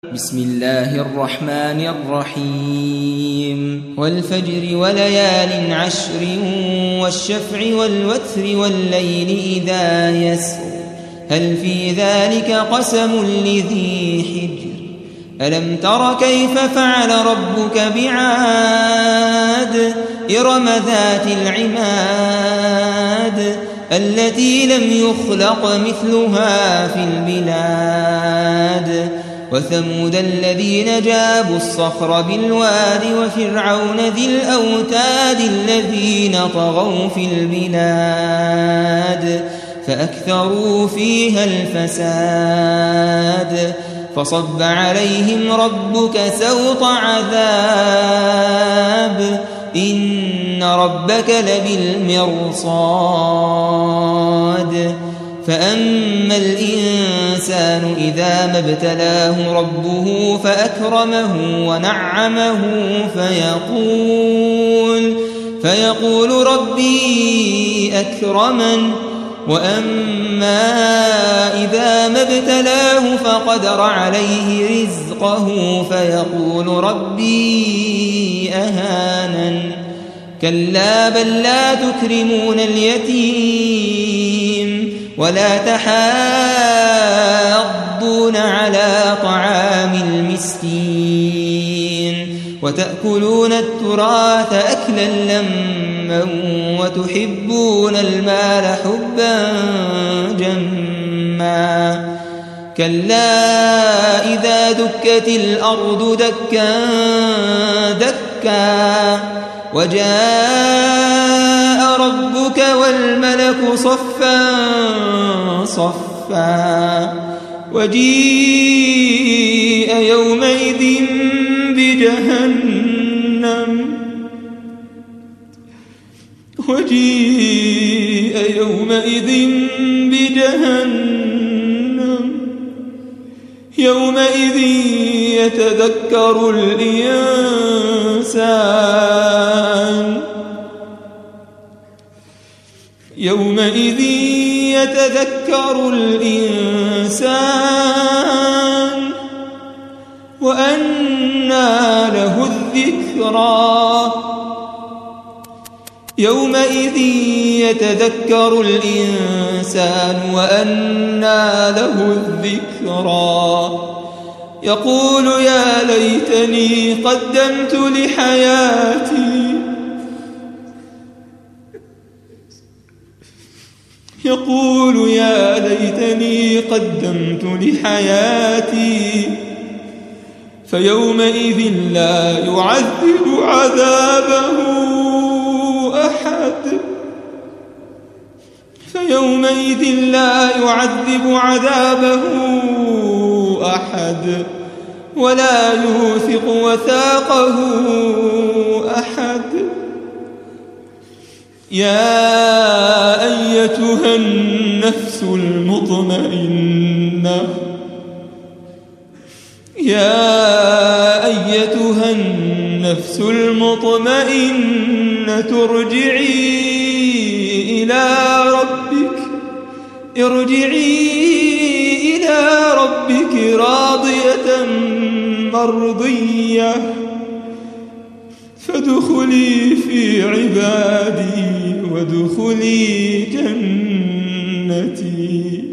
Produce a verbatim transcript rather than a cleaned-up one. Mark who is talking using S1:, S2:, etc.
S1: بسم الله الرحمن الرحيم والفجر وليال عشر والشفع والوتر والليل إذا يسر هل في ذلك قسم لذي حجر ألم تر كيف فعل ربك بعاد إرم ذات العماد التي لم يخلق مثلها في البلاد وثمود الذين جابوا الصخر بالواد وفرعون ذي الأوتاد الذين طغوا في البلاد فأكثروا فيها الفساد فصب عليهم ربك سوط عذاب إن ربك لبالمرصاد فأما الإنسان إذا ما ابتلاه ربه فأكرمه ونعمه فيقول فيقول ربي أكرمن وأما إذا ما ابتلاه فقدر عليه رزقه فيقول ربي أهانن كلا بل لا تكرمون اليتيم ولا تحاضون على طعام المسكين وتأكلون التراث أكلا لما وتحبون المال حبا جما كلا إذا دكت الأرض دكا دكا وجاء ربك والملك صفا صفا وجيء يومئذ بجهنم وجيء يومئذ بجهنم يومئذ يتذكر الإنسان يومئذ يتذكر الإنسان وأنى له الذكرى يومئذ يتذكر الإنسان وأنى له الذكرى يقول يا ليتني قدمت لحياتي يقول يا ليتني قدمت لحياتي فيومئذ لا يعذب عذابه أحد فيومئذ لا يعذب عذابه أحد ولا يوثق وثاقه أحد يا أيتها النفس المطمئنة يا أيتها النفس المطمئنة ارجعي إلى ربك ارجعي إلى ربك راضية مرضية فادخلي في عبادي وادخلي جنتي.